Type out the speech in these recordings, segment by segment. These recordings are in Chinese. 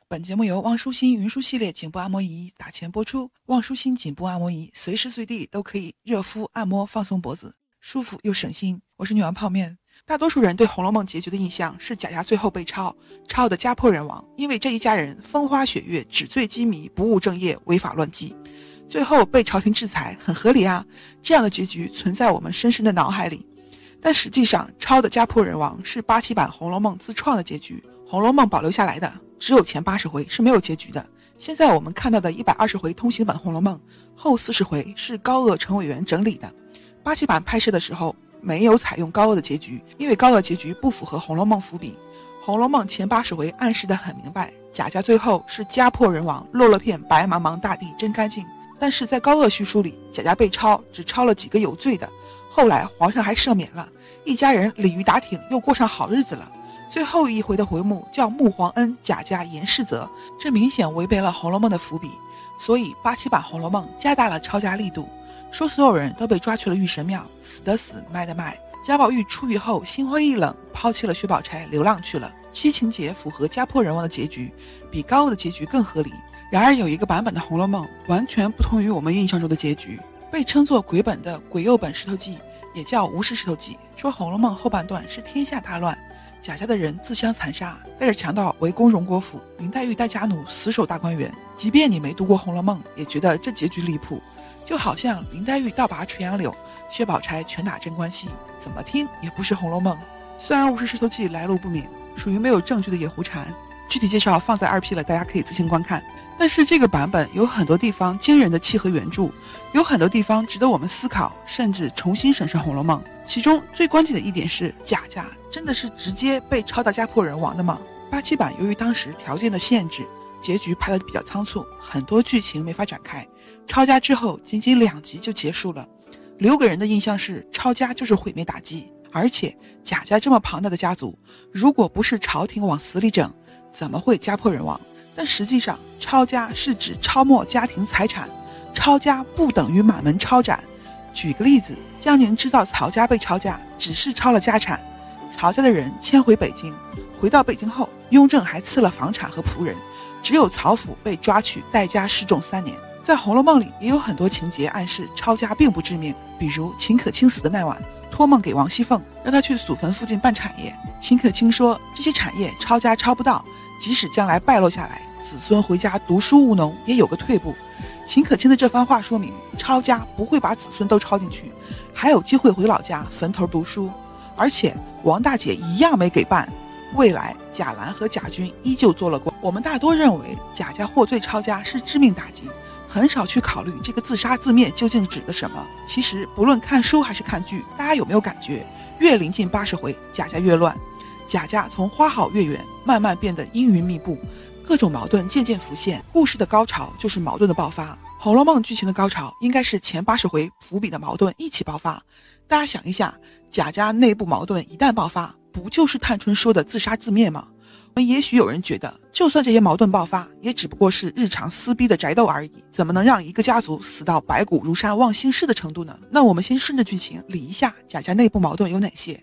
本节目由望舒心云舒系列颈部按摩仪打钱播出。望舒心颈部按摩仪随时随地都可以热敷、按摩、放松脖子，舒服又省心。我是女王泡面。大多数人对《红楼梦》结局的印象是贾家最后被抄得家破人亡，因为这一家人风花雪月、纸醉金迷、不务正业、违法乱纪，最后被朝廷制裁，很合理啊。这样的结局存在我们深深的脑海里。但实际上，抄的家破人亡是87版《红楼梦》自创的结局，《红楼梦》保留下来的只有前80回是没有结局的。现在我们看到的120回通行版《红楼梦》后40回是高鹗陈委员整理的。87版拍摄的时候没有采用高鹗的结局，因为高鹗结局不符合《红楼梦》伏笔。《红楼梦》前80回暗示得很明白，贾家最后是家破人亡，落了片白茫茫大地真干净。但是在高鹗叙述里，贾家被抄只抄了几个有罪的，后来皇上还赦免了，一家人鲤鱼打挺，又过上好日子了。最后一回的回目叫穆皇恩贾家严世泽，这明显违背了《红楼梦》的伏笔。所以87版《红楼梦》加大了抄家力度，说所有人都被抓去了御神庙，死的死，卖的卖。贾宝玉出狱后心灰意冷，抛弃了薛宝钗流浪去了，其情节符合家破人亡的结局，比高鹗的结局更合理。然而有一个版本的《红楼梦》完全不同于我们印象中的结局，被称作鬼本的鬼右本石头记，也叫无事石头记，说《红楼梦》后半段是天下大乱，贾家的人自相残杀，带着强盗围攻荣国府，林黛玉带家奴死守大观园。即便你没读过《红楼梦》，也觉得这结局离谱，就好像林黛玉倒拔垂杨柳，薛宝钗拳打贞观戏，怎么听也不是《红楼梦》。虽然无事石头记来路不明，属于没有证据的野狐禅，具体介绍放在2P 了，大家可以自行观看。但是这个版本有很多地方惊人的契合原著，有很多地方值得我们思考，甚至重新审视《红楼梦》。其中最关键的一点是，贾家真的是直接被抄到家破人亡的吗？87版由于当时条件的限制，结局拍得比较仓促，很多剧情没法展开，抄家之后仅仅2集就结束了，留给人的印象是抄家就是毁灭打击。而且贾家这么庞大的家族，如果不是朝廷往死里整，怎么会家破人亡？但实际上抄家是指抄没家庭财产，抄家不等于满门抄斩。举个例子，江宁织造曹家被抄家，只是抄了家产，曹家的人迁回北京，回到北京后，雍正还赐了房产和仆人，只有曹府被抓去代家示众3年。在《红楼梦》里也有很多情节暗示抄家并不致命，比如秦可卿死的那晚，托梦给王熙凤，让她去祖坟附近办产业。秦可卿说这些产业抄家抄不到，即使将来败落下来，子孙回家读书务农也有个退步。秦可卿的这番话说明，抄家不会把子孙都抄进去，还有机会回老家坟头读书。而且王大姐一样没给办，未来贾兰和贾军依旧做了官。我们大多认为贾家获罪抄家是致命打击，很少去考虑这个自杀自灭究竟指的什么。其实不论看书还是看剧，大家有没有感觉，越临近80回，贾家越乱，贾家从花好月圆慢慢变得阴云密布，各种矛盾渐渐浮现。故事的高潮就是矛盾的爆发，《红楼梦》剧情的高潮应该是前80回伏笔的矛盾一起爆发。大家想一下，贾家内部矛盾一旦爆发，不就是探春说的自杀自灭吗？也许有人觉得，就算这些矛盾爆发，也只不过是日常撕逼的宅斗而已，怎么能让一个家族死到白骨如山忘心事的程度呢？那我们先顺着剧情理一下贾家内部矛盾有哪些。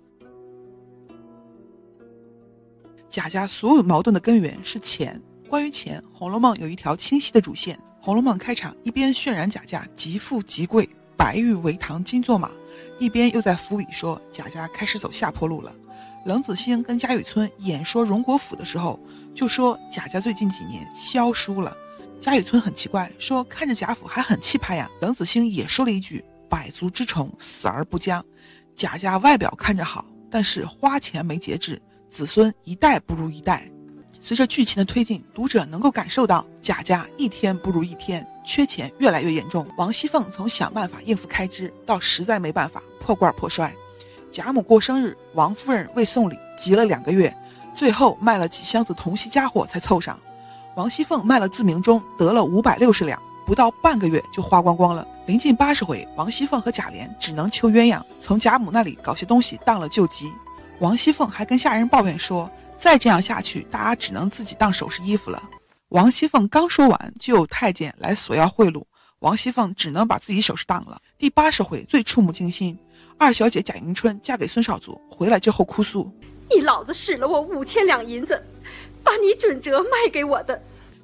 贾家所有矛盾的根源是钱。关于钱，《红楼梦》有一条清晰的主线。《红楼梦》开场一边渲染贾家极富极贵，白玉为堂金作马，一边又在伏笔说贾家开始走下坡路了。冷子兴跟贾雨村演说荣国府的时候，就说贾家最近几年消疏了。贾雨村很奇怪，说看着贾府还很气派呀。冷子兴也说了一句百足之虫，死而不僵。贾家外表看着好，但是花钱没节制，子孙一代不如一代。随着剧情的推进，读者能够感受到贾家一天不如一天，缺钱越来越严重。王熙凤从想办法应付开支到实在没办法破罐破摔。贾母过生日，王夫人为送礼急了2个月，最后卖了几箱子铜锡家伙才凑上。王熙凤卖了自鸣钟得了560两，不到半个月就花光光了。临近80回，王熙凤和贾琏只能求鸳鸯，从贾母那里搞些东西当了救急。王熙凤还跟下人抱怨说，再这样下去，大家只能自己当首饰衣服了。王熙凤刚说完，就有太监来索要贿赂，王熙凤只能把自己首饰当了。第80回最触目惊心，二小姐贾迎春嫁给孙绍祖，回来之后哭诉， 你老子使了我5000两银子，把你准折卖给我的，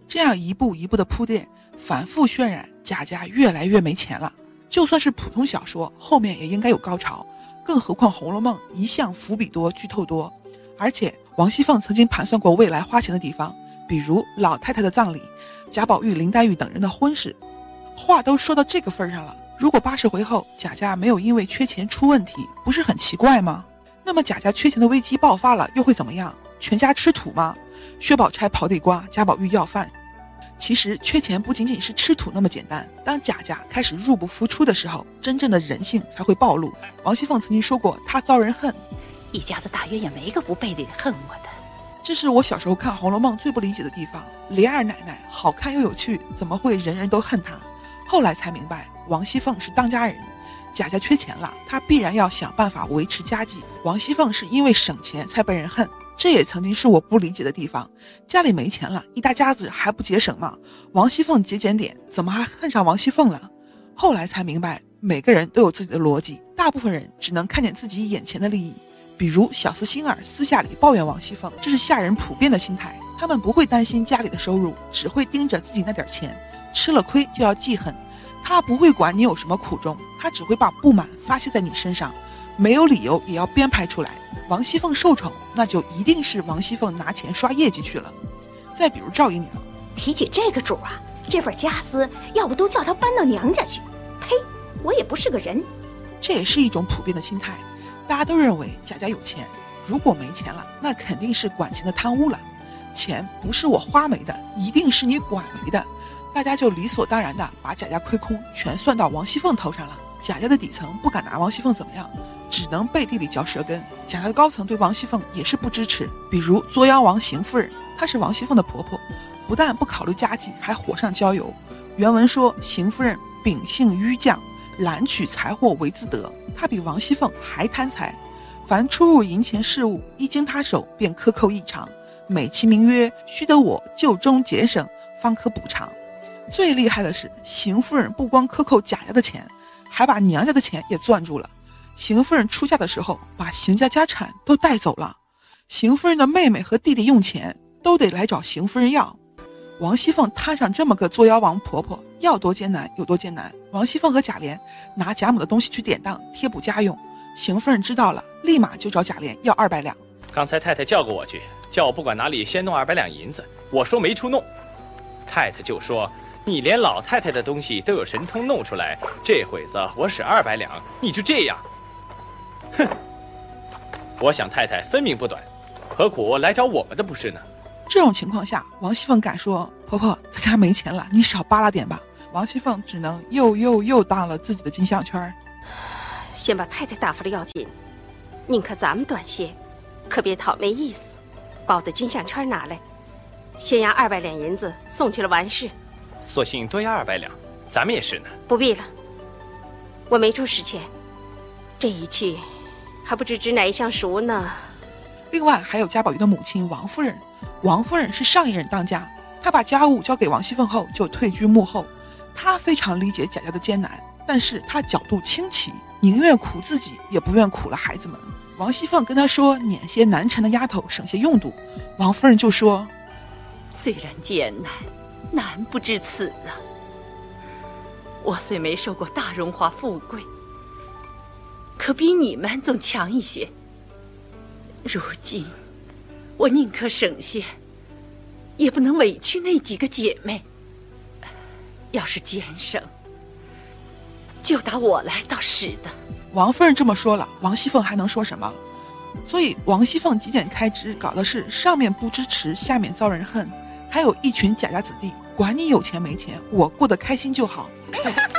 这样一步一步的铺垫，反复渲染贾家越来越没钱了。就算是普通小说，后面也应该有高潮，更何况《红楼梦》一向伏笔多剧透多。而且王熙凤曾经盘算过未来花钱的地方，比如老太太的葬礼，贾宝玉、林黛玉等人的婚事。话都说到这个份上了，如果80回后贾家没有因为缺钱出问题，不是很奇怪吗？那么贾家缺钱的危机爆发了又会怎么样？全家吃土吗？薛宝钗刨地瓜，贾宝玉要饭。其实缺钱不仅仅是吃土那么简单，当贾家开始入不敷出的时候，真正的人性才会暴露。王熙凤曾经说过她遭人恨， 一家子大约也没个不背地里恨我的。 这是我小时候看《红楼梦》最不理解的地方，莲儿奶奶好看又有趣，怎么会人人都恨她？后来才明白，王熙凤是当家人，贾家缺钱了，她必然要想办法维持家计。王熙凤是因为省钱才被人恨，这也曾经是我不理解的地方。家里没钱了，一大家子还不节省吗？王熙凤节俭点，怎么还恨上王熙凤了？后来才明白，每个人都有自己的逻辑，大部分人只能看见自己眼前的利益。比如小厮星儿私下里抱怨王熙凤，这是下人普遍的心态，他们不会担心家里的收入，只会盯着自己那点钱，吃了亏就要记恨。他不会管你有什么苦衷，他只会把不满发泄在你身上，没有理由也要编排出来。王熙凤受宠，那就一定是王熙凤拿钱刷业绩去了。再比如赵姨娘， 提起这个主啊，这份家私要不都叫他搬到娘家去。呸，我也不是个人。 这也是一种普遍的心态，大家都认为贾家有钱，如果没钱了，那肯定是管钱的贪污了。钱不是我花没的，一定是你管没的。大家就理所当然的把贾家亏空全算到王熙凤头上了。贾家的底层不敢拿王熙凤怎么样，只能背地里嚼舌根。贾家的高层对王熙凤也是不支持，比如作妖王邢夫人，她是王熙凤的婆婆，不但不考虑家计，还火上浇油。原文说邢夫人秉性迂犟，揽取财货为自得，她比王熙凤还贪财，凡出入银钱事务，一经她手便克扣异常，美其名曰须得我就中节省，方可补偿。最厉害的是，邢夫人不光克扣贾家的钱，还把娘家的钱也攥住了。邢夫人出嫁的时候，把邢家家产都带走了。邢夫人的妹妹和弟弟用钱，都得来找邢夫人要。王熙凤摊上这么个作妖王婆婆，要多艰难有多艰难。王熙凤和贾琏拿贾母的东西去典当贴补家用，邢夫人知道了，立马就找贾琏要200两。 刚才太太叫过我去，叫我不管哪里先弄200两银子，我说没处弄，太太就说你连老太太的东西都有神通弄出来，这会子我使200两，你就这样？哼！我想太太分明不短，何苦来找我们的不是呢？ 这种情况下，王熙凤敢说婆婆咱家没钱了，你少扒拉点吧。王熙凤只能又当了自己的金项圈。 先把太太打发了要紧，宁可咱们短些，可别讨没意思。把我的金项圈拿来，先押200两银子送去了完事。 索性多押200两，咱们也是呢。 不必了，我没处使钱，这一去还不知指哪一项熟呢。 另外还有贾宝玉的母亲王夫人，王夫人是上一任当家，她把家务交给王熙凤后就退居幕后。她非常理解贾家的艰难，但是她角度清奇，宁愿苦自己也不愿苦了孩子们。王熙凤跟她说撵些难缠的丫头省些用度，王夫人就说虽然艰难，难不至此啊。我虽没受过大荣华富贵，可比你们总强一些。如今我宁可省些，也不能委屈那几个姐妹。要是俭省，就打我来倒是的。 王夫人这么说了，王熙凤还能说什么？所以王熙凤极简开支，搞的是上面不支持，下面遭人恨，还有一群贾家子弟，管你有钱没钱，我过得开心就好。 你看是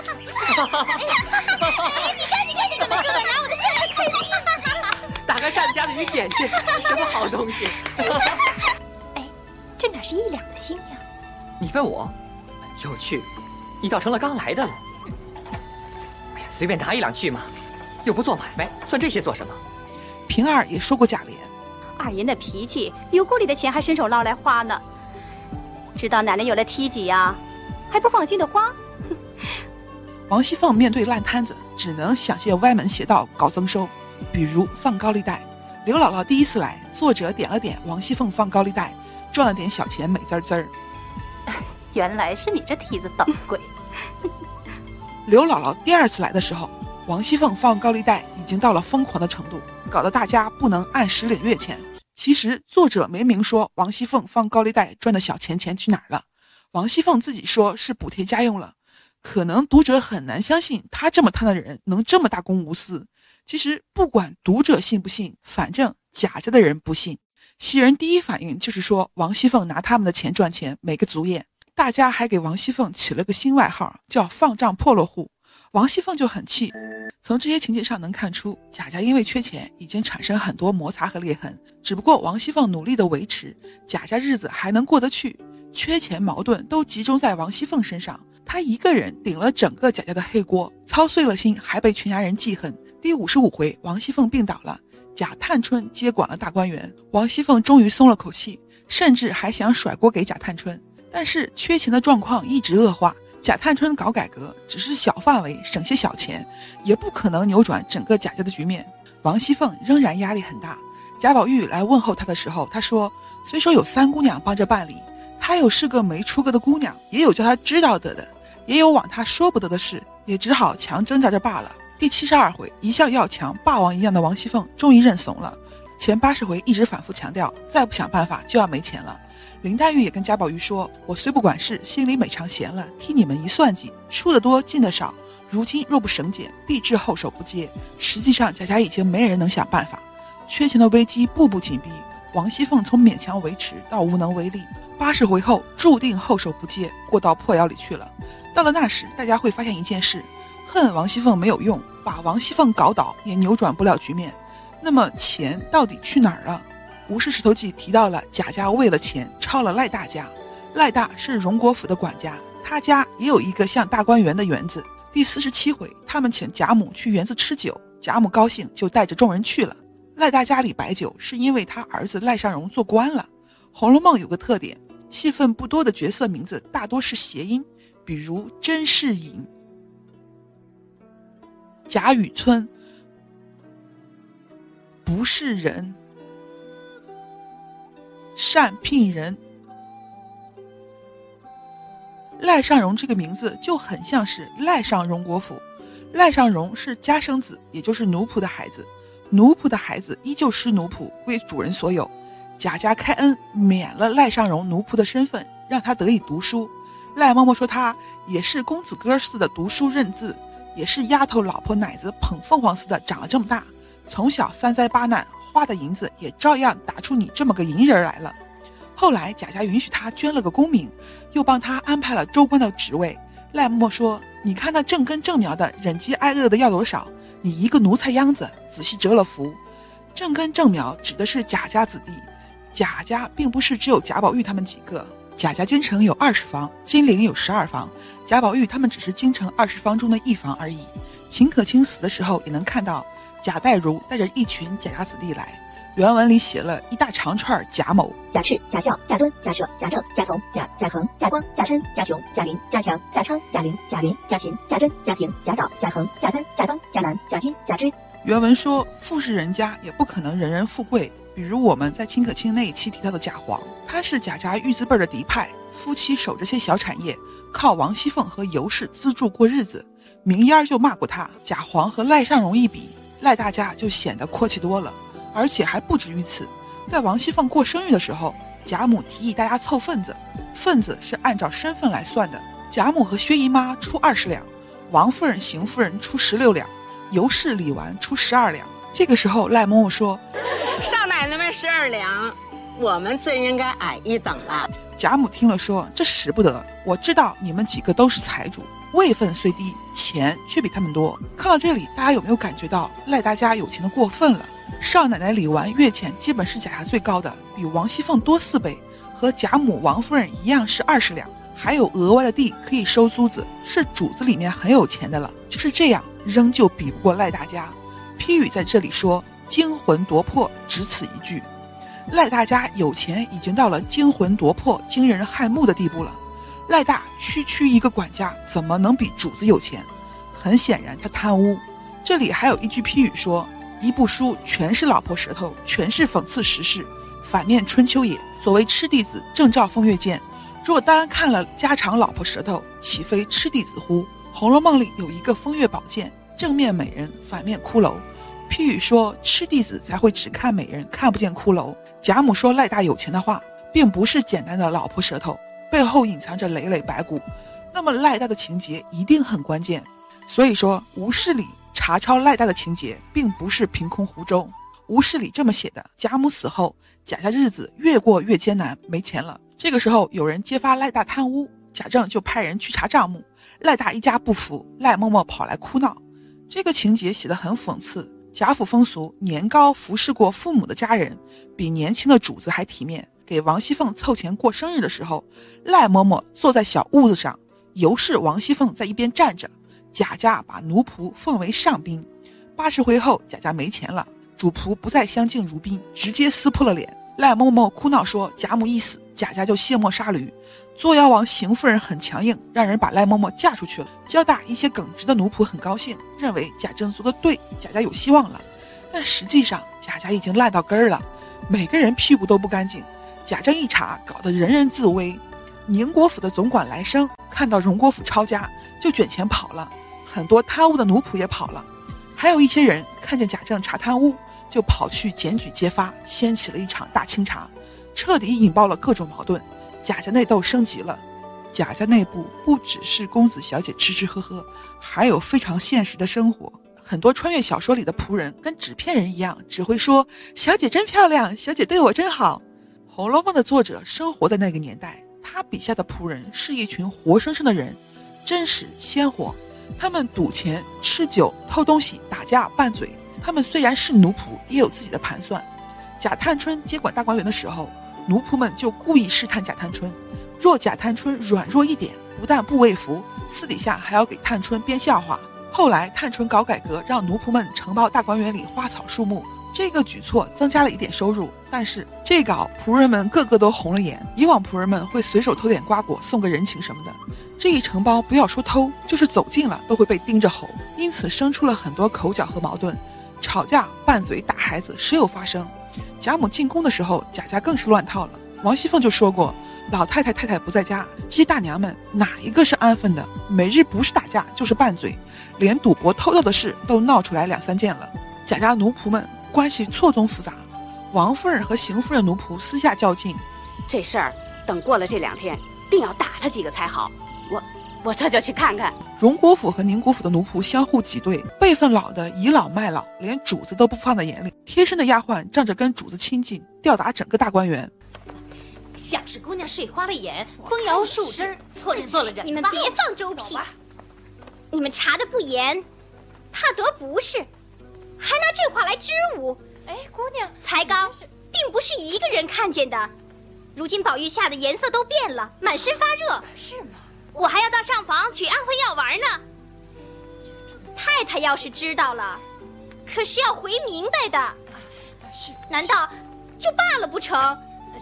怎么说的，拿我的扇子开心。 打开扇子夹里捡去，什么好东西？ 哎，这哪是1两的星呀？ 你问我，有趣，你倒成了刚来的了。哎呀，随便拿1两去嘛，又不做买卖，算这些做什么？ 平儿也说过贾琏， 二爷那脾气，油锅里的钱还伸手捞来花呢。知道奶奶有了梯级呀，还不放心的花。 王熙凤面对烂摊子，只能想些歪门邪道搞增收，比如放高利贷。刘姥姥第一次来，作者点了点王熙凤放高利贷，赚了点小钱，美滋滋儿。 原来是你这梯子捣鬼。 刘姥姥第二次来的时候，王熙凤放高利贷已经到了疯狂的程度，搞得大家不能按时领月钱。其实作者没明说王熙凤放高利贷赚的小钱去哪儿了，王熙凤自己说是补贴家用了。可能读者很难相信他这么贪的人能这么大公无私。其实不管读者信不信，反正贾家的人不信。袭人第一反应就是说王熙凤拿他们的钱赚钱，没个足眼。大家还给王熙凤起了个新外号，叫放账破落户。王熙凤就很气。从这些情节上能看出，贾家因为缺钱已经产生很多摩擦和裂痕，只不过王熙凤努力的维持，贾家日子还能过得去。缺钱矛盾都集中在王熙凤身上，她一个人顶了整个贾家的黑锅，操碎了心，还被全家人记恨。第55回，王熙凤病倒了，贾探春接管了大观园，王熙凤终于松了口气，甚至还想甩锅给贾探春。但是缺钱的状况一直恶化，贾探春搞改革只是小范围省些小钱，也不可能扭转整个贾家的局面。王熙凤仍然压力很大。贾宝玉来问候她的时候，她说虽说有3姑娘帮着办理，她有是个没出阁的姑娘，也有叫她知道的，也有往她说不得的事，也只好强挣扎着罢了。第72回，一向要强霸王一样的王熙凤终于认怂了。前80回一直反复强调，再不想办法就要没钱了。林黛玉也跟贾宝玉说，我虽不管事，心里每常闲了，替你们一算计，出得多进得少，如今若不省俭，必致后手不接。实际上贾家已经没人能想办法，缺钱的危机步步紧逼，王熙凤从勉强维持到无能为力，80回后注定后手不接，过到破窑里去了。到了那时，大家会发现一件事，恨王熙凤没有用，把王熙凤搞倒也扭转不了局面。那么钱到底去哪儿了？吴氏石头记提到了贾家为了钱抄了赖大家，赖大是荣国府的管家，他家也有一个像大观园的园子。第47回，他们请贾母去园子吃酒，贾母高兴就带着众人去了。赖大家里摆酒是因为他儿子赖尚荣做官了。红楼梦有个特点，戏份不多的角色名字大多是谐音，比如甄士隐、贾雨村、不是人、单聘人。赖尚荣这个名字就很像是赖上荣国府。赖尚荣是家生子，也就是奴仆的孩子，奴仆的孩子依旧是奴仆，归主人所有。贾家开恩免了赖尚荣奴仆的身份，让他得以读书。赖嬷嬷说他也是公子哥似的读书认字，也是丫头老婆奶子捧凤凰似的长了这么大，从小3灾8难花的银子也照样打出你这么个银人来了。后来贾家允许他捐了个功名，又帮他安排了州官的职位。赖嬷嬷说，你看那正根正苗的忍饥挨饿的要多少，你一个奴才秧子仔细折了福。正根正苗指的是贾家子弟，贾家并不是只有贾宝玉他们几个，贾家京城有20房，金陵有12房，贾宝玉他们只是京城20房中的1房而已。秦可卿死的时候也能看到贾代儒带着一群贾家子弟来，原文里写了一大长串贾某、 贾氏、贾孝、贾敦、贾赦、贾政、贾从、贾恒、贾光、贾琛、贾雄、贾林、贾强、贾昌、贾玲、贾林、贾芹、贾珍、贾平、贾藻、贾恒、贾参、贾方、贾南、贾金、贾芝。 原文说富士人家也不可能人人富贵，比如我们在秦可卿那一期提到的贾黄，他是贾家玉字辈的嫡派，夫妻守着些小产业，靠王熙凤和尤氏资助过日子。明烟就骂过他，贾黄和赖尚荣一比，赖大家就显得阔气多了。而且还不止于此，在王熙凤过生日的时候，贾母提议大家凑份子，份子是按照身份来算的，贾母和薛姨妈出20两，王夫人、邢夫人出16两，尤氏、李纨出12两。这个时候赖嬷嬷说， 少奶奶们12两，我们真应该矮一等了。 贾母听了说，这使不得，我知道你们几个都是财主，位分虽低，钱却比他们多。看到这里，大家有没有感觉到赖大家有钱的过分了？少奶奶李纨月钱基本是贾家最高的，比王熙凤多4倍，和贾母、王夫人一样是20两，还有额外的地可以收租子，是主子里面很有钱的了。就是这样，仍旧比不过赖大家。批语在这里说惊魂夺魄，只此一句。赖大家有钱已经到了惊魂夺魄、惊人骇目的地步了。赖大区一个管家，怎么能比主子有钱？很显然他贪污。这里还有一句批语说，一部书全是老婆舌头，全是讽刺时事，反面春秋也。所谓吃弟子，正照风月见。 若单看了家常老婆舌头，岂非痴弟子乎？《红楼梦》里有一个风月宝鉴，正面美人，反面骷髅。譬语说痴弟子才会只看美人，看不见骷髅。贾母说赖大有钱的话，并不是简单的老婆舌头，背后隐藏着累累白骨。那么赖大的情节一定很关键。所以说吴氏里查抄赖大的情节并不是凭空胡诌。吴氏里这么写的：贾母死后，贾家日子越过越艰难，没钱了。这个时候有人揭发赖大贪污，贾政就派人去查账目。赖大一家不服，赖嬷嬷跑来哭闹。这个情节写得很讽刺。贾府风俗，年高服侍过父母的家人比年轻的主子还体面。给王熙凤凑钱过生日的时候，赖嬷嬷坐在小屋子上，尤氏王熙凤在一边站着。贾家把奴仆奉为上宾。80回后，贾家没钱了，主仆不再相敬如宾，直接撕破了脸。赖嬷嬷哭闹说贾母一死，贾家就卸磨杀驴。作妖王邢夫人很强硬，让人把赖嬷嬷嫁出去了。交大一些耿直的奴仆很高兴，认为贾政做得对，贾家有希望了。但实际上贾家已经烂到根儿了，每个人屁股都不干净。贾政一查，搞得人人自危。宁国府的总管来生看到荣国府抄家，就卷钱跑了，很多贪污的奴仆也跑了。还有一些人看见贾政查贪污，就跑去检举揭发，掀起了一场大清查，彻底引爆了各种矛盾。贾家内斗升级了。贾家内部不只是公子小姐吃吃喝喝，还有非常现实的生活。很多穿越小说里的仆人跟纸片人一样，只会说小姐真漂亮，小姐对我真好。《红楼梦》的作者生活在那个年代，他笔下的仆人是一群活生生的人，真实鲜活。他们赌钱、吃酒、偷东西、打架、拌嘴。他们虽然是奴仆，也有自己的盘算。贾探春接管大观园的时候，奴仆们就故意试探贾探春，若贾探春软弱一点，不但不畏服，私底下还要给探春编笑话。后来探春搞改革，让奴仆们承包大观园里花草树木，这个举措增加了一点收入，但是这搞仆人们个个都红了眼。以往仆人们会随手偷点瓜果送个人情什么的，这一承包不要说偷，就是走近了都会被盯着吼，因此生出了很多口角和矛盾，吵架、拌嘴、打孩子时有发生。贾母进宫的时候，贾家更是乱套了。王熙凤就说过，老太太太太不在家，这些大娘们哪一个是安分的？每日不是打架就是拌嘴，连赌博偷盗的事都闹出来2-3件了。贾家奴仆们关系错综复杂，王夫人和邢夫人奴仆私下较劲。 这事儿等过了这2天，定要打他几个才好。我这就去看看。 荣国府和宁国府的奴仆相互挤兑，辈分老的倚老卖老，连主子都不放在眼里，贴身的丫鬟仗着跟主子亲近，吊打整个大观园。 像是姑娘睡花了眼，风摇树枝，错人做了人。 你们别放周屁！你们查的不严，他得不是，还拿这话来支吾。 哎，姑娘， 才刚并不是一个人看见的，如今宝玉吓得颜色都变了，满身发热。 是吗？ 我还要到上房取安魂药丸呢。太太要是知道了，可是要回明白的。难道就罢了不成？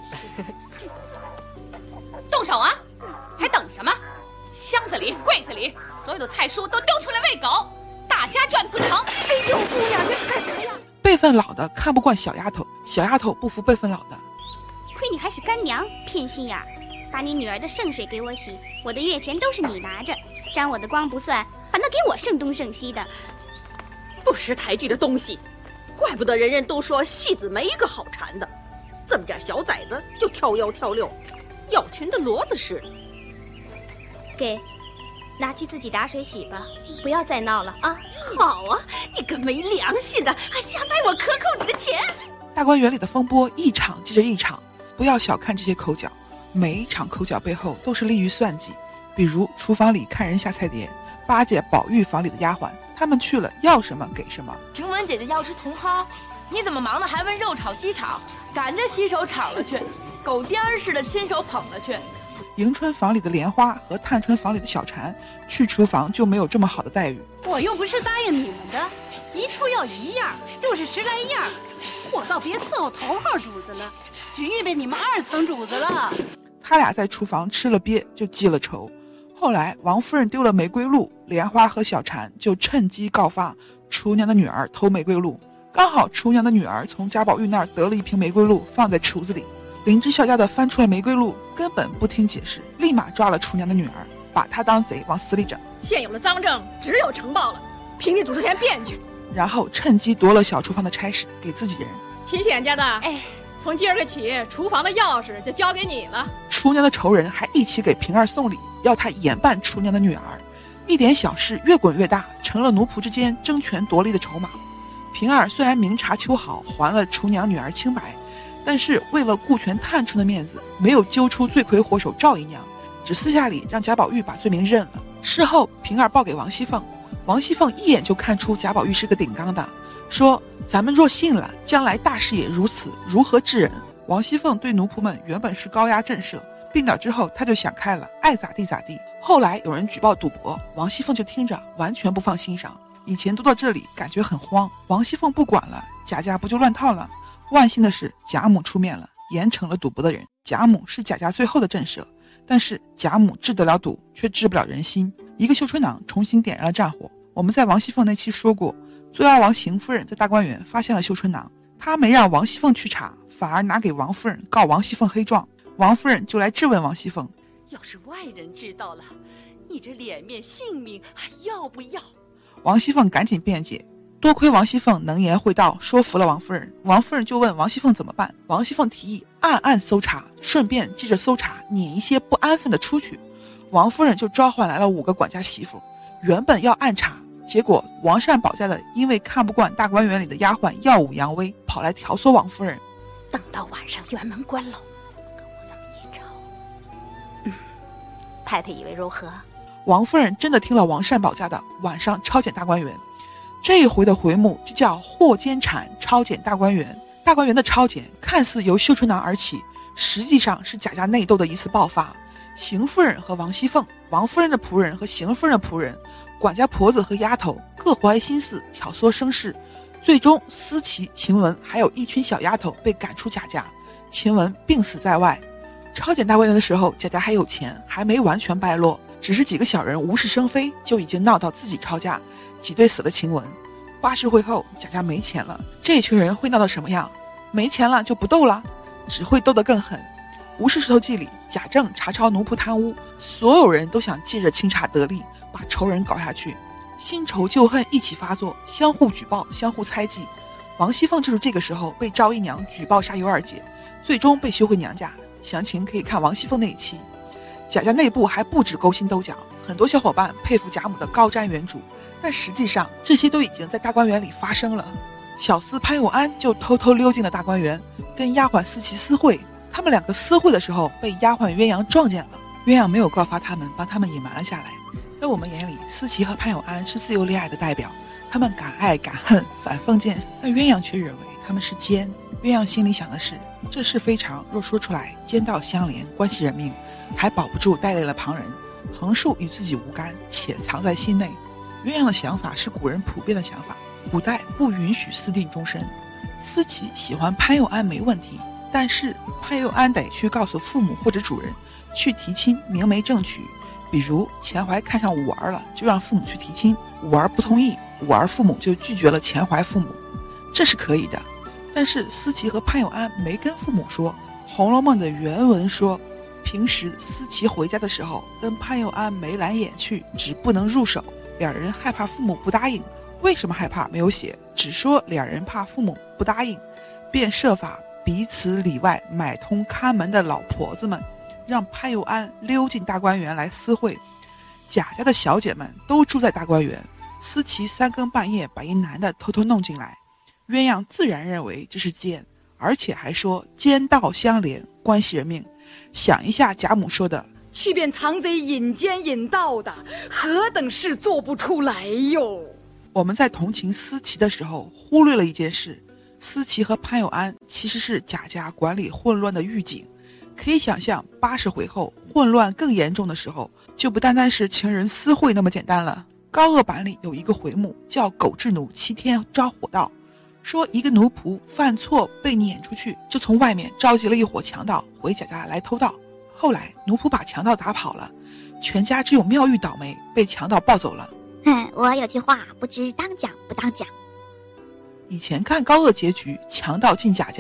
动手啊！还等什么？箱子里、柜子里，所有的菜蔬都丢出来喂狗，大家赚不成。 哎呦，姑娘这是干什么呀？ 辈分老的看不惯小丫头，小丫头不服辈分老的。 亏你还是干娘，偏心眼儿。把你女儿的圣水给我洗，我的月钱都是你拿着，沾我的光不算，反倒给我剩东剩西的。 不识抬举的东西，怪不得人人都说戏子没一个好缠的，这么点小崽子就挑腰挑六，要群的骡子似的。 给，拿去自己打水洗吧，不要再闹了啊！ 好啊，你个没良心的，还瞎掰我克扣你的钱。 大观园里的风波一场接着一场，不要小看这些口角。每一场口角背后都是利于算计，比如厨房里看人下菜碟，巴结宝玉房里的丫鬟，他们去了要什么给什么。 晴雯姐姐要吃茼蒿，你怎么忙的还问肉炒鸡炒？赶着洗手炒了去，狗颠儿似的亲手捧了去。 迎春房里的莲花和探春房里的小婵去厨房就没有这么好的待遇。 我又不是答应你们的，一处要一样，就是10来样，我倒别伺候头号主子了，只预备你们2层主子了。 他俩在厨房吃了鳖就记了仇。后来王夫人丢了玫瑰露，莲花和小婵就趁机告发厨娘的女儿偷玫瑰露。刚好厨娘的女儿从贾宝玉那儿得了一瓶玫瑰露，放在橱子里。 灵芝笑家的翻出了玫瑰露，根本不听解释，立马抓了厨娘的女儿，把她当贼往死里整。 现有的赃证只有呈报了，凭你主持权辩去。 然后趁机夺了小厨房的差事给自己人。 秦显家的，从今儿个起，厨房的钥匙就交给你了。 厨娘的仇人还一起给平儿送礼，要她严办厨娘的女儿。一点小事越滚越大，成了奴仆之间争权夺利的筹码。平儿虽然明察秋毫，还了厨娘女儿清白，但是为了顾全探春的面子，没有揪出罪魁祸首赵姨娘，只私下里让贾宝玉把罪名认了。事后平儿报给王熙凤，王熙凤一眼就看出贾宝玉是个顶缸的，说咱们若信了，将来大事也如此，如何治人？王熙凤对奴仆们原本是高压震慑，病倒之后她就想开了，爱咋地咋地。后来有人举报赌博，王熙凤就听着完全不放心上。以前都到这里感觉很慌，王熙凤不管了，贾家不就乱套了？万幸的是贾母出面了，严惩了赌博的人。贾母是贾家最后的震慑，但是贾母治得了赌，却治不了人心。一个绣春囊重新点燃了战火。我们在王熙凤那期说过，作妖王邢夫人在大观园发现了绣春囊，她没让王熙凤去查，反而拿给王夫人告王熙凤黑状。王夫人就来质问王熙凤， 要是外人知道了，你这脸面性命还要不要？ 王熙凤赶紧辩解，多亏王熙凤能言会道，说服了王夫人。王夫人就问王熙凤怎么办，王熙凤提议暗暗搜查，顺便借着搜查撵一些不安分的出去。王夫人就召唤来了5个管家媳妇，原本要暗查，结果王善保家的因为看不惯大观园里的丫鬟耀武扬威，跑来挑唆王夫人。 等到晚上园门关了，跟我这么一吵。太太以为如何？ 王夫人真的听了王善保家的，晚上抄检大观园。这一回的回目就叫霍监产抄检大观园。大观园的抄检看似由绣春囊而起，实际上是贾家内斗的一次爆发。邢夫人和王熙凤，王夫人的仆人和邢夫人的仆人，管家婆子和丫头各怀心思挑唆生事，最终思琪、晴雯还有一群小丫头被赶出贾家，晴雯病死在外。抄检大观园的时候，贾家还有钱，还没完全败落，只是几个小人无事生非，就已经闹到自己抄家，挤兑死了晴雯。花市会后，贾家没钱了，这群人会闹到什么样？没钱了就不斗了，只会斗得更狠。吴氏石头记里，贾政查抄奴仆贪污，所有人都想借着清查得利，把仇人搞下去，新仇旧恨一起发作，相互举报，相互猜忌。王熙凤就是这个时候被赵姨娘举报杀尤二姐，最终被休回娘家。详情可以看王熙凤那一期。贾家内部还不止勾心斗角，很多小伙伴佩服贾母的高瞻远瞩，但实际上这些都已经在大观园里发生了。小厮潘有安就偷偷溜进了大观园，跟丫鬟思琪私会。他们2个私会的时候被丫鬟鸳鸯撞见了，鸳鸯没有告发他们，帮他们隐瞒了下来。在我们眼里，思琪和潘有安是自由恋爱的代表，他们敢爱敢恨，反封建，但鸳鸯却认为他们是奸。鸳鸯心里想的是，这事非常，若说出来，奸盗相连，关系人命，还保不住带累了旁人，横竖与自己无干，且藏在心内。鸳鸯的想法是古人普遍的想法，古代不允许私定终身。思琪喜欢潘有安没问题，但是潘有安得去告诉父母或者主人，去提亲明媒正娶。比如钱怀看上五儿了，就让父母去提亲，五儿不同意，五儿父母就拒绝了钱怀父母，这是可以的。但是思琪和潘有安没跟父母说。《红楼梦》的原文说，平时思琪回家的时候跟潘有安眉来眼去，只不能入手，两人害怕父母不答应。为什么害怕没有写，只说两人怕父母不答应，便设法彼此里外买通看门的老婆子们，让潘有安溜进大观园来私会。贾家的小姐们都住在大观园，思琪3更半夜把一男的偷偷弄进来，鸳鸯自然认为这是奸，而且还说奸盗相连，关系人命。想一下贾母说的， 去便藏贼引奸引盗的，何等事做不出来哟。 我们在同情思琪的时候忽略了一件事，思琪和潘有安其实是贾家管理混乱的预警。可以想象80回后混乱更严重的时候，就不单单是情人私会那么简单了。高鹗版里有一个回目叫狗彘奴7天招火盗，说一个奴仆犯错被撵出去，就从外面召集了一伙强盗回贾家来偷盗。后来奴仆把强盗打跑了，全家只有妙玉倒霉被强盗抱走了。 我有句话不知当讲不当讲。 以前看高鹗结局，强盗进贾家，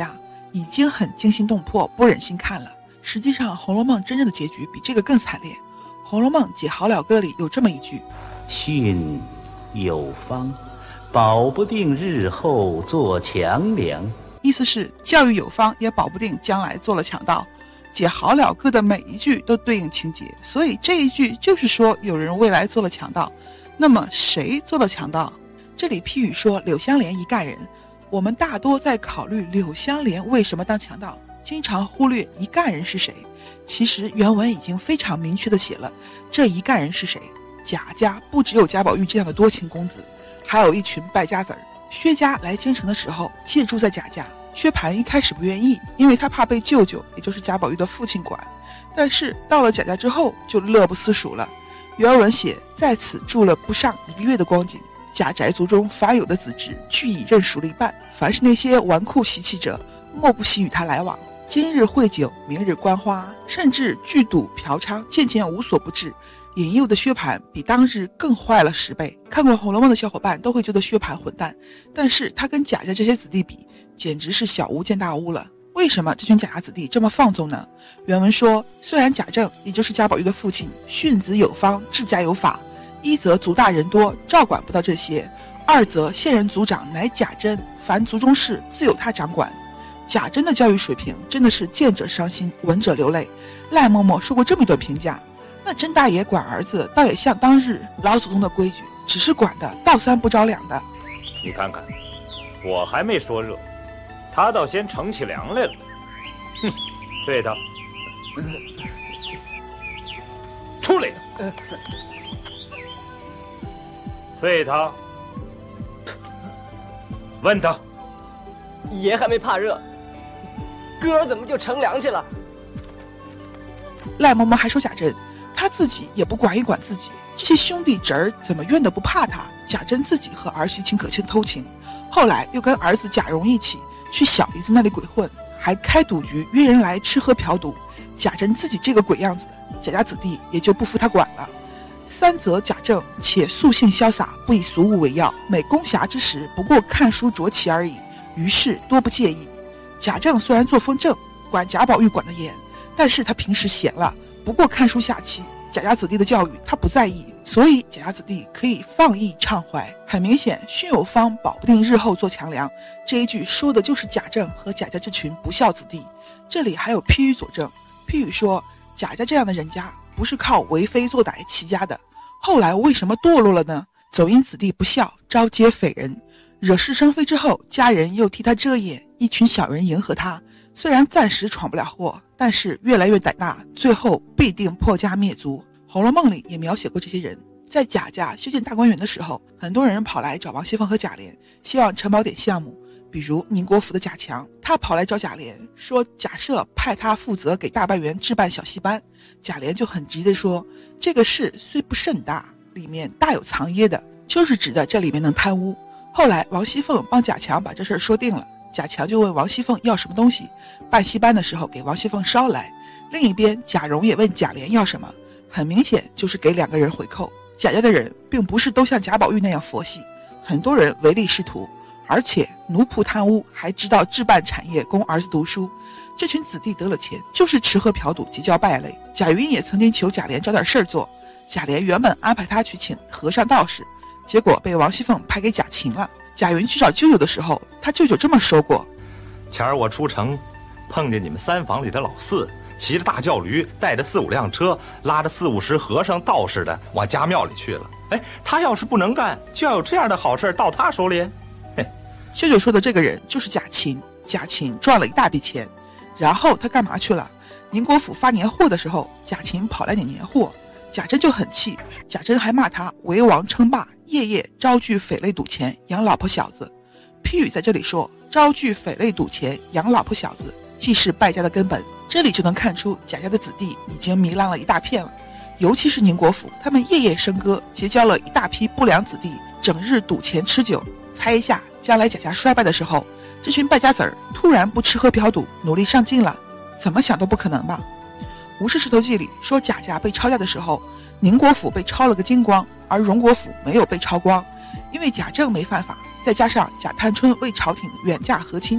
已经很惊心动魄，不忍心看了。实际上《红楼梦》真正的结局比这个更惨烈。《红楼梦》解好了歌里有这么一句： 训有方，保不定日后做强梁。 意思是教育有方，也保不定将来做了强盗。解好了歌的每一句都对应情节，所以这一句就是说有人未来做了强盗。那么谁做了强盗？这里譬喻说柳湘莲一干人，我们大多在考虑柳湘莲为什么当强盗，经常忽略一干人是谁。其实原文已经非常明确地写了这一干人是谁。贾家不只有贾宝玉这样的多情公子，还有一群败家子儿。薛家来京城的时候借住在贾家，薛蟠一开始不愿意，因为他怕被舅舅也就是贾宝玉的父亲管，但是到了贾家之后就乐不思蜀了。原文写在此住了不上1个月的光景，贾宅族中凡有的子侄俱已认熟了一半，凡是那些纨绔习气者莫不喜与他来往，今日会酒，明日观花，甚至聚赌嫖娼，渐渐无所不至。引诱的薛蟠比当日更坏了10倍。看过《红楼梦》的小伙伴都会觉得薛蟠混蛋，但是他跟贾家这些子弟比，简直是小巫见大巫了。为什么这群贾家子弟这么放纵呢？原文说，虽然贾政也就是贾宝玉的父亲训子有方，治家有法，一则族大人多，照管不到这些；二则现任族长乃贾珍，凡族中事自有他掌管。贾珍的教育水平真的是见者伤心，闻者流泪。赖嬷嬷说过这么一段评价：那甄大爷管儿子倒也像当日老祖宗的规矩，只是管的倒3不着2的。 你看看，我还没说热，他倒先乘起凉来了。哼，对头，出来的，翠他，问他， 爷还没怕热，哥怎么就乘凉去了？ 赖嬷嬷还说贾珍，他自己也不管一管自己，这些兄弟侄儿怎么怨得不怕他？贾珍自己和儿媳秦可卿偷情，后来又跟儿子贾蓉一起去小姨子那里鬼混，还开赌局约人来吃喝嫖赌。贾珍自己这个鬼样子，贾家子弟也就不服他管了。三则贾政且素性潇洒，不以俗物为要，每攻暇之时不过看书酌棋而已，于是多不介意。贾政虽然作风正，管贾宝玉管得严，但是他平时闲了，不过看书下棋，贾家子弟的教育他不在意，所以贾家子弟可以放逸畅怀。很明显，训有方，保不定日后做强梁，这一句说的就是贾政和贾家这群不孝子弟。这里还有譬喻佐证，譬喻说贾家这样的人家不是靠为非作歹起家的，后来为什么堕落了呢？总因子弟不孝，招接匪人，惹是生非之后，家人又替他遮掩，一群小人迎合他，虽然暂时闯不了祸，但是越来越胆大，最后必定破家灭族。《红楼梦》里也描写过这些人。在贾家修建大观园的时候，很多人跑来找王熙凤和贾琏，希望承包点项目。比如宁国府的贾强，他跑来找贾琏，说贾赦派他负责给大观园置办小戏班。贾琏就很直接地说，这个事虽不甚大，里面大有藏掖的，就是指的这里面能贪污。后来王熙凤帮贾强把这事儿说定了，贾强就问王熙凤要什么东西，办戏班的时候给王熙凤捎来。另一边贾蓉也问贾琏要什么，很明显就是给2个人回扣。贾家的人并不是都像贾宝玉那样佛系，很多人唯利是图，而且奴仆贪污，还知道置办产业供儿子读书。这群子弟得了钱就是吃喝嫖赌，结交败类。贾云也曾经求贾琏找点事儿做，贾琏原本安排他去请和尚道士，结果被王熙凤派给贾芹了。贾云去找舅舅的时候，他舅舅这么说过： 前儿我出城碰见你们3房里的老四，骑着大轿驴，带着4、5辆车，拉着40、50和尚道士的往家庙里去了。哎，他要是不能干，就要有这样的好事到他手里。 舅舅说的这个人就是贾芹。贾芹赚了一大笔钱，然后他干嘛去了？宁国府发年货的时候，贾芹跑来领年货，贾珍就很气，贾珍还骂他为王称霸，夜夜招聚匪类赌钱，养老婆小子。譬语在这里说，招聚匪类赌钱，养老婆小子，既是败家的根本。这里就能看出贾家的子弟已经糜烂了一大片了，尤其是宁国府，他们夜夜笙歌，结交了一大批不良子弟，整日赌钱吃酒。猜一下，将来贾家衰败的时候，这群败家子儿突然不吃喝嫖赌，努力上进了，怎么想都不可能吧？《吴氏石头记》里说，贾家被抄家的时候，宁国府被抄了个精光，而荣国府没有被抄光，因为贾政没犯法，再加上贾探春为朝廷远嫁和亲，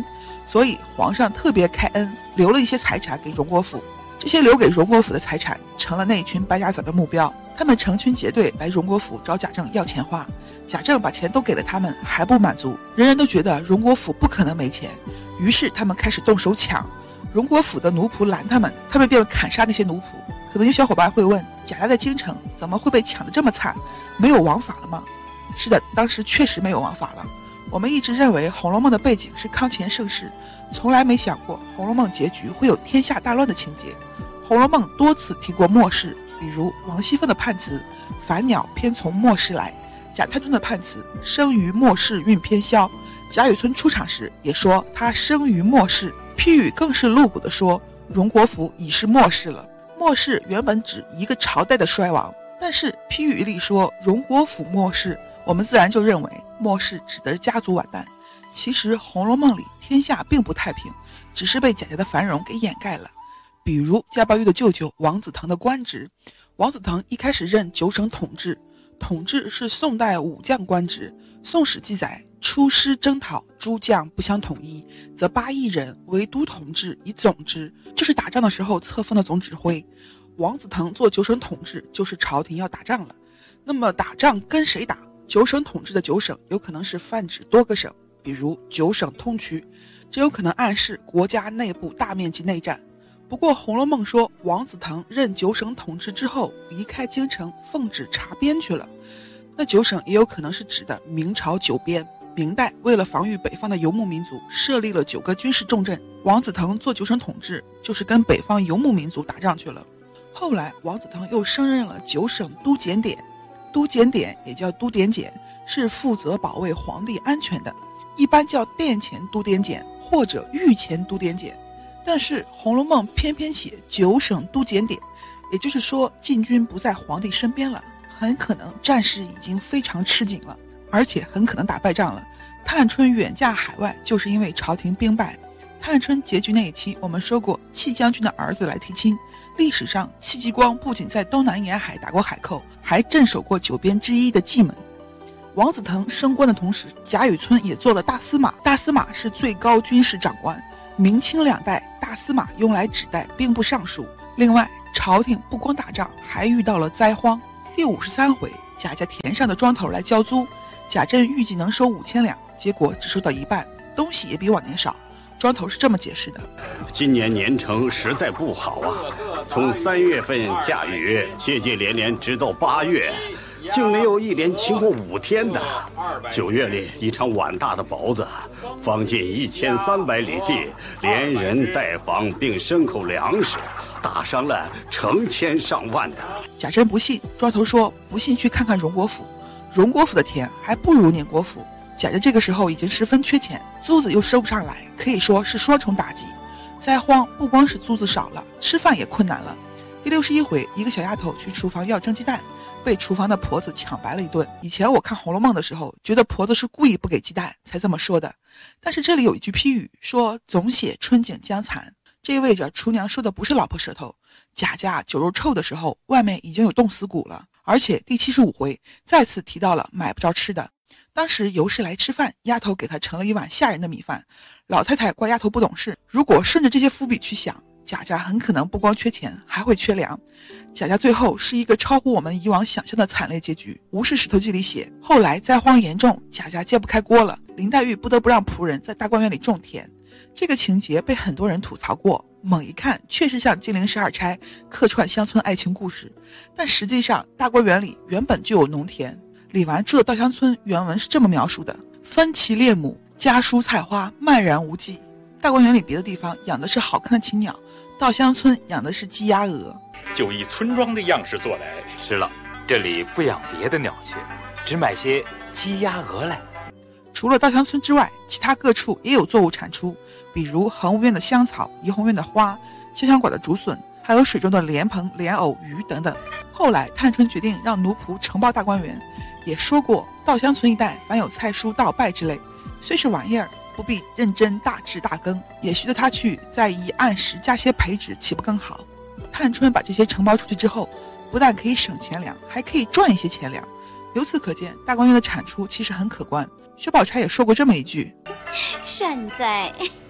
所以皇上特别开恩，留了一些财产给荣国府。这些留给荣国府的财产成了那群败家子的目标，他们成群结队来荣国府找贾政要钱花，贾政把钱都给了他们还不满足，人人都觉得荣国府不可能没钱，于是他们开始动手抢。荣国府的奴仆拦他们便砍杀那些奴仆。可能有小伙伴会问，贾家在京城怎么会被抢得这么惨？没有王法了吗？是的，当时确实没有王法了。我们一直认为《红楼梦》的背景是康乾盛世，从来没想过《红楼梦》结局会有天下大乱的情节。《红楼梦》多次提过末世，比如王熙凤的判词“凡鸟偏从末世来”，贾探春的判词“生于末世运偏消”，贾雨村出场时也说他生于末世。批语更是露骨地说，荣国府已是末世了。末世原本指一个朝代的衰亡，但是批语里说荣国府末世，我们自然就认为末世指的是家族完蛋。其实《红楼梦》里天下并不太平，只是被贾家的繁荣给掩盖了。比如贾宝玉的舅舅王子腾的官职，王子腾一开始任九省统治，统治是宋代武将官职。宋史记载，出师征讨，诸将不相统一，则8亿人为都统制以总之，就是打仗的时候册封的总指挥。王子腾做九省统治，就是朝廷要打仗了。那么打仗跟谁打？九省统治的九省有可能是泛指多个省，比如九省通衢，这有可能暗示国家内部大面积内战。不过《红楼梦》说王子腾任九省统治之后离开京城，奉旨查边去了。那九省也有可能是指的明朝九边。明代为了防御北方的游牧民族，设立了9个军事重镇。王子腾做九省统治，就是跟北方游牧民族打仗去了。后来王子腾又升任了9省都检点，都检点也叫都点检，是负责保卫皇帝安全的，一般叫殿前都点检或者御前都点检。但是《红楼梦》偏偏写9省都检点，也就是说禁军不在皇帝身边了，很可能战事已经非常吃紧了，而且很可能打败仗了。探春远嫁海外就是因为朝廷兵败。探春结局那一期我们说过，戚将军的儿子来提亲。历史上戚继光不仅在东南沿海打过海寇，还镇守过9边之一的蓟门。王子腾升官的同时，贾雨村也做了大司马。大司马是最高军事长官，明清2代大司马用来指代兵部尚书。另外朝廷不光打仗，还遇到了灾荒。第53回，贾家田上的庄头来交租，贾政预计能收5000两，结果只收到一半，东西也比往年少。庄头是这么解释的： 今年年成实在不好啊，从3月份下雨接接连连直到8月，竟没有一连晴过5天的。9月里一场碗大的雹子，方近1300里地，连人带房并牲口粮食，打伤了成千上万的。 贾政不信，庄头说不信去看看荣国府，荣国府的田还不如宁国府。贾家这个时候已经十分缺钱，租子又收不上来，可以说是双重打击。灾荒不光是租子少了，吃饭也困难了。第61回，一个小丫头去厨房要蒸鸡蛋，被厨房的婆子抢白了一顿。以前我看《红楼梦》的时候，觉得婆子是故意不给鸡蛋才这么说的，但是这里有一句批语说总写春景将残，这意味着厨娘说的不是老婆舌头。贾家酒肉臭的时候，外面已经有冻死骨了，而且第75回再次提到了买不着吃的。当时尤氏来吃饭，丫头给她盛了一碗吓人的米饭，老太太怪丫头不懂事。如果顺着这些伏笔去想，贾家很可能不光缺钱，还会缺粮。贾家最后是一个超乎我们以往想象的惨烈结局。《吴氏石头记》里写，后来灾荒严重，贾家揭不开锅了，林黛玉不得不让仆人在大观园里种田。这个情节被很多人吐槽过，猛一看确实像金陵十二钗客串乡村爱情故事，但实际上大观园里原本就有农田。李纨住的稻香村原文是这么描述的：分其列亩，家蔬菜花，漫然无际。大观园里别的地方养的是好看的禽鸟，稻香村养的是鸡鸭鹅， 就以村庄的样式做来。 是了，这里不养别的鸟雀，只买些鸡鸭鹅来。 除了稻香村之外，其他各处也有作物产出，比如恒芜院的香草、怡红院的花、潇湘馆的竹笋，还有水中的莲蓬、莲藕、鱼等等。后来探春决定让奴仆承包大观园，也说过稻香村一带凡有菜蔬稻败之类，虽是玩意儿，不必认真大治大耕，也许得他去再以按时加些培植，岂不更好？探春把这些承包出去之后，不但可以省钱粮，还可以赚一些钱粮。由此可见，大观园的产出其实很可观。薛宝钗也说过这么一句： 善哉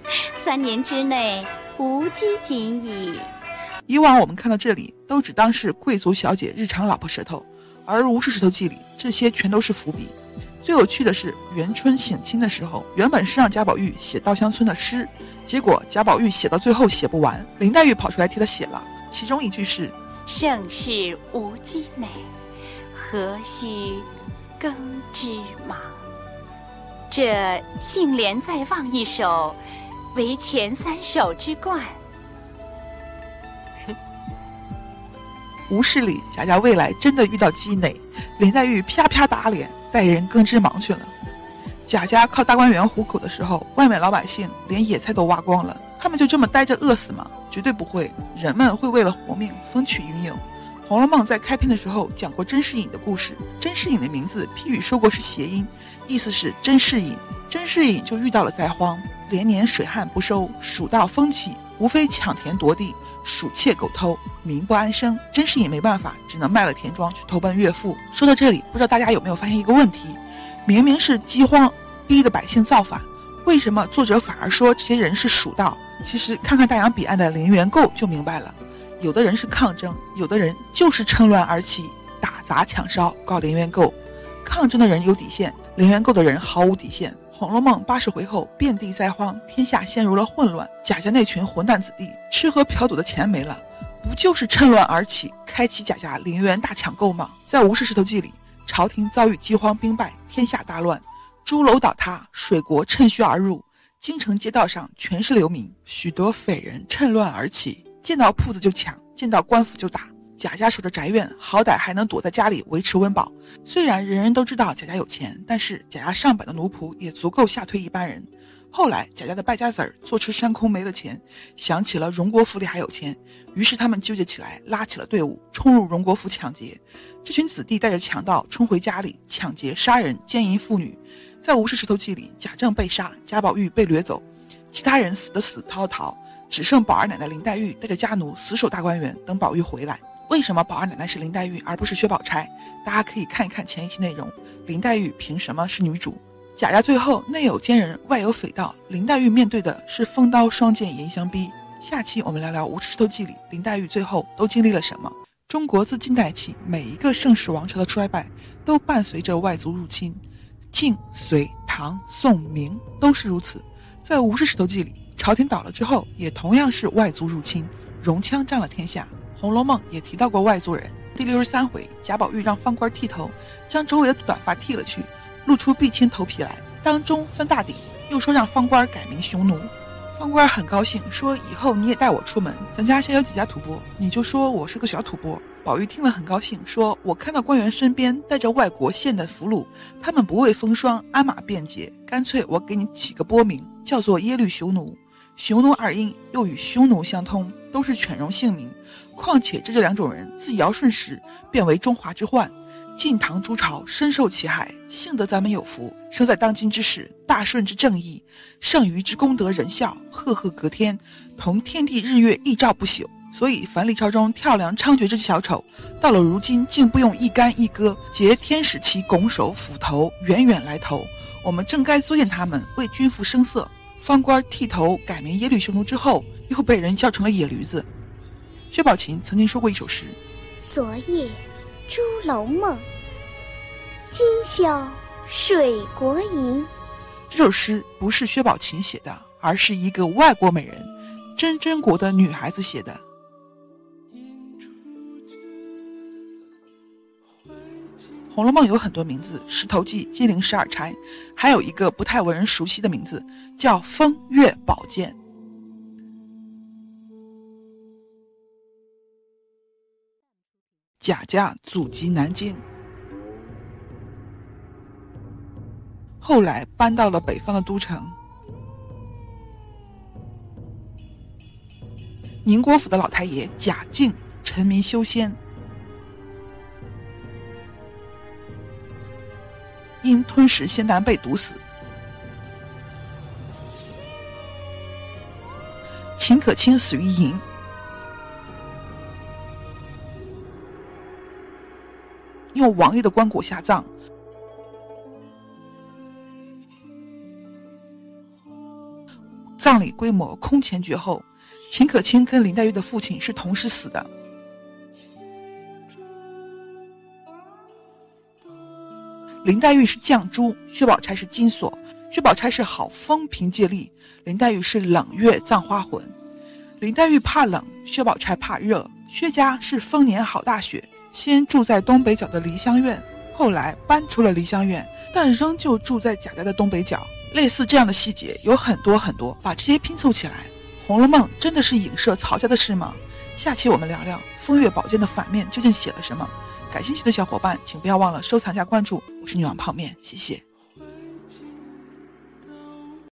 3年之内无饥馑矣。 以往我们看到这里都只当是贵族小姐日常老婆舌头，而《无事石头记》里这些全都是伏笔。最有趣的是，元春省亲的时候，原本是让贾宝玉写稻香村的诗，结果贾宝玉写到最后写不完，林黛玉跑出来替他写了。其中一句是： 盛世无积馁，何须耕织忙。这幸连再望一首，为前3首之冠。 吴氏里贾家未来真的遇到积馁，林黛玉啪啪打脸，带人耕织忙去了。贾家靠大观园糊口的时候，外面老百姓连野菜都挖光了，他们就这么待着饿死吗？绝对不会，人们会为了活命风起云涌。《红楼梦》在开篇的时候讲过甄士隐的故事，甄士隐的名字譬喻说过是谐音，意思是甄士隐。甄士隐就遇到了灾荒，连年水旱不收，蜀道风起，无非抢田夺地，鼠窃狗偷，民不安生。甄士隐没办法，只能卖了田庄去投奔岳父。说到这里，不知道大家有没有发现一个问题，明明是饥荒逼得百姓造反，为什么作者反而说这些人是蜀道？其实看看大洋彼岸的林元购就明白了，有的人是抗争，有的人就是趁乱而起，打砸抢烧搞林元购。抗争的人有底线，林元购的人毫无底线。《红楼梦》80回后，遍地灾荒，天下陷入了混乱。贾家那群混蛋子弟吃喝嫖赌的钱没了，不就是趁乱而起，开启贾家林园大抢购吗？在《无事石头记》里，朝廷遭遇饥荒兵败，天下大乱，朱楼倒塌，水国趁虚而入，京城街道上全是流民，许多匪人趁乱而起，见到铺子就抢，见到官府就打。贾家守着宅院，好歹还能躲在家里维持温饱。虽然人人都知道贾家有钱，但是贾家上百的奴仆也足够吓退一般人。后来贾家的败家子儿坐吃山空没了钱，想起了荣国府里还有钱，于是他们纠结起来，拉起了队伍，冲入荣国府抢劫。这群子弟带着强盗冲回家里，抢劫杀人，奸淫妇女。在《无事石头记》里，贾政被杀，贾宝玉被掠走，其他人死的死，逃的逃，只剩宝二奶奶林黛玉带着家奴死守大观园，等宝玉回来。为什么宝二奶奶是林黛玉而不是薛宝钗？大家可以看一看前一期内容，林黛玉凭什么是女主？贾家最后内有奸人，外有匪盗，林黛玉面对的是风刀双剑严相逼。下期我们聊聊《无事石头记》里林黛玉最后都经历了什么。中国自近代起，每一个盛世王朝的衰败都伴随着外族入侵，晋、隋、唐、宋、明都是如此。在《无事石头记》里，朝廷倒了之后也同样是外族入侵，戎羌占了天下。《红楼梦》也提到过外族人。第63回，贾宝玉让方官剃头，将周围的短发剃了去，露出碧青头皮来，当中分大底，又说让方官改名匈奴。方官很高兴，说以后你也带我出门，咱家现在有几家吐蕃，你就说我是个小吐蕃。宝玉听了很高兴，说我看到官员身边带着外国献的俘虏，他们不畏风霜，鞍马便捷，干脆我给你起个波名，叫做耶律匈奴。匈奴二音又与匈奴相通，都是犬戎姓名。况且这两种人自尧舜时便为中华之患，晋唐诸朝深受其害，幸得咱们有福，生在当今之时，大顺之正义，剩余之功德仁孝，赫赫隔天，同天地日月一照不朽。所以凡历朝中跳梁猖獗之小丑，到了如今竟不用一干一戈，皆天使其拱手斧头，远远来投。我们正该作践他们，为君父生色。方官剃头改名耶律匈奴之后，又被人叫成了野驴子。薛宝琴曾经说过一首诗： 昨夜朱楼梦，今宵水国吟。 这首诗不是薛宝琴写的，而是一个外国美人真真国的女孩子写的。《红楼梦》有很多名字，石头记、金陵十二钗，还有一个不太为人熟悉的名字，叫风月宝鉴。贾家祖籍南京，后来搬到了北方的都城。宁国府的老太爷贾敬沉迷修仙，因吞食仙丹被毒死。秦可卿死于营，用王爷的棺椁下葬。葬葬礼规模空前绝后，秦可卿跟林黛玉的父亲是同时死的。林黛玉是绛珠，薛宝钗是金锁。薛宝钗是好风凭借力，林黛玉是冷月葬花魂。林黛玉怕冷，薛宝钗怕热。薛家是丰年好大雪，先住在东北角的梨香院，后来搬出了梨香院，但仍旧住在贾家的东北角。类似这样的细节有很多很多，把这些拼凑起来，《红楼梦》真的是影射曹家的事吗？下期我们聊聊风月宝鉴的反面究竟写了什么。感兴趣的小伙伴请不要忘了收藏加关注，我是女王泡面，谢谢。